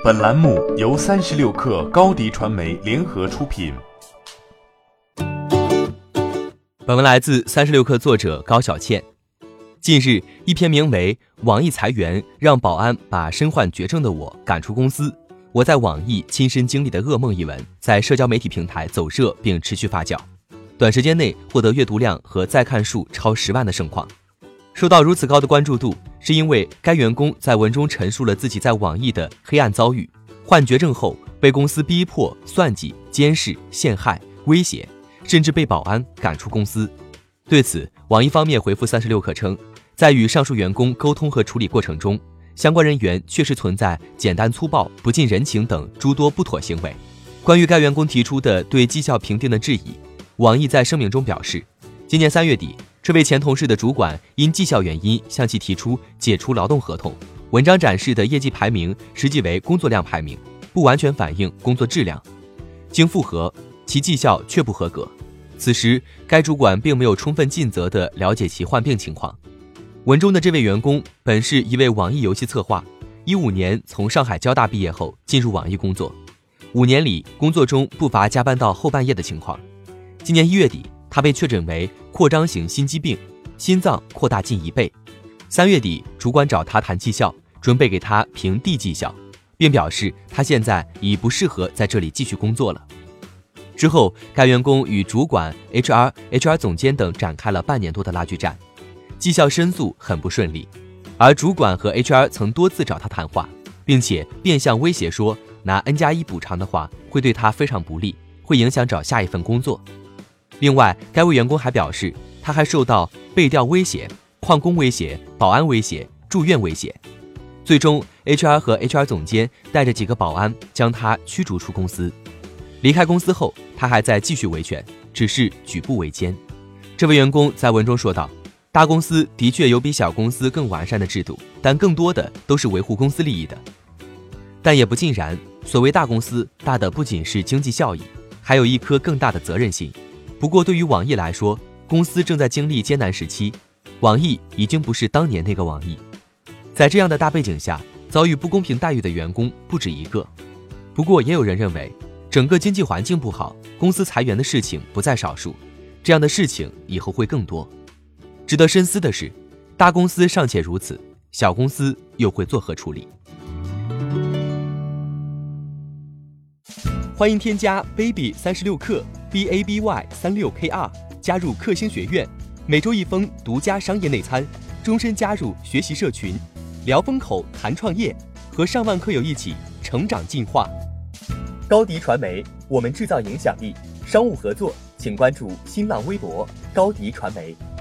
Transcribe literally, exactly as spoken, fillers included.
本栏目由三十六氪高迪传媒联合出品。 本文来自三十六氪作者高小倩。近日，一篇名为《网易裁员让保安把身患绝症的我赶出公司，我在网易亲身经历的噩梦》一文在社交媒体平台走热并持续发酵，短时间内获得阅读量和再看数超十万的盛况。受到如此高的关注度，是因为该员工在文中陈述了自己在网易的黑暗遭遇，患绝症后被公司逼迫、算计、监视、陷害、威胁，甚至被保安赶出公司。对此，网易方面回复三十六氪称，在与上述员工沟通和处理过程中，相关人员确实存在简单粗暴、不近人情等诸多不妥行为。关于该员工提出的对绩效评定的质疑，网易在声明中表示，今年三月底，这位前同事的主管因绩效原因向其提出解除劳动合同，文章展示的业绩排名实际为工作量排名，不完全反映工作质量。经复核，其绩效确不合格。此时，该主管并没有充分尽责地了解其患病情况。文中的这位员工本是一位网易游戏策划，一五年从上海交大毕业后进入网易工作，五年里工作中不乏加班到后半夜的情况。今年一月底，他被确诊为扩张型心肌病，心脏扩大近一倍。三月底，主管找他谈绩效，准备给他评低绩效，并表示他现在已不适合在这里继续工作了。之后，该员工与主管、H R、H R 总监等展开了半年多的拉锯战，绩效申诉很不顺利，而主管和 H R 曾多次找他谈话，并且变相威胁说拿 N 加一补偿的话会对他非常不利，会影响找下一份工作。另外，该位员工还表示，他还受到被调威胁、旷工威胁、保安威胁、住院威胁。最终 H R 和 H R 总监带着几个保安将他驱逐出公司。离开公司后，他还在继续维权，只是举步维艰。这位员工在文中说道，大公司的确有比小公司更完善的制度，但更多的都是维护公司利益的。但也不尽然，所谓大公司，大的不仅是经济效益，还有一颗更大的责任心。不过对于网易来说，公司正在经历艰难时期，网易已经不是当年那个网易。在这样的大背景下，遭遇不公平待遇的员工不止一个。不过也有人认为，整个经济环境不好，公司裁员的事情不在少数，这样的事情以后会更多。值得深思的是，大公司尚且如此，小公司又会作何处理？欢迎添加 baby 三十六克 B A B Y 三六 K R 加入克星学院，每周一封独家商业内参，终身加入学习社群，聊风口谈创业，和上万课友一起成长进化。高迪传媒，我们制造影响力。商务合作请关注新浪微博高迪传媒。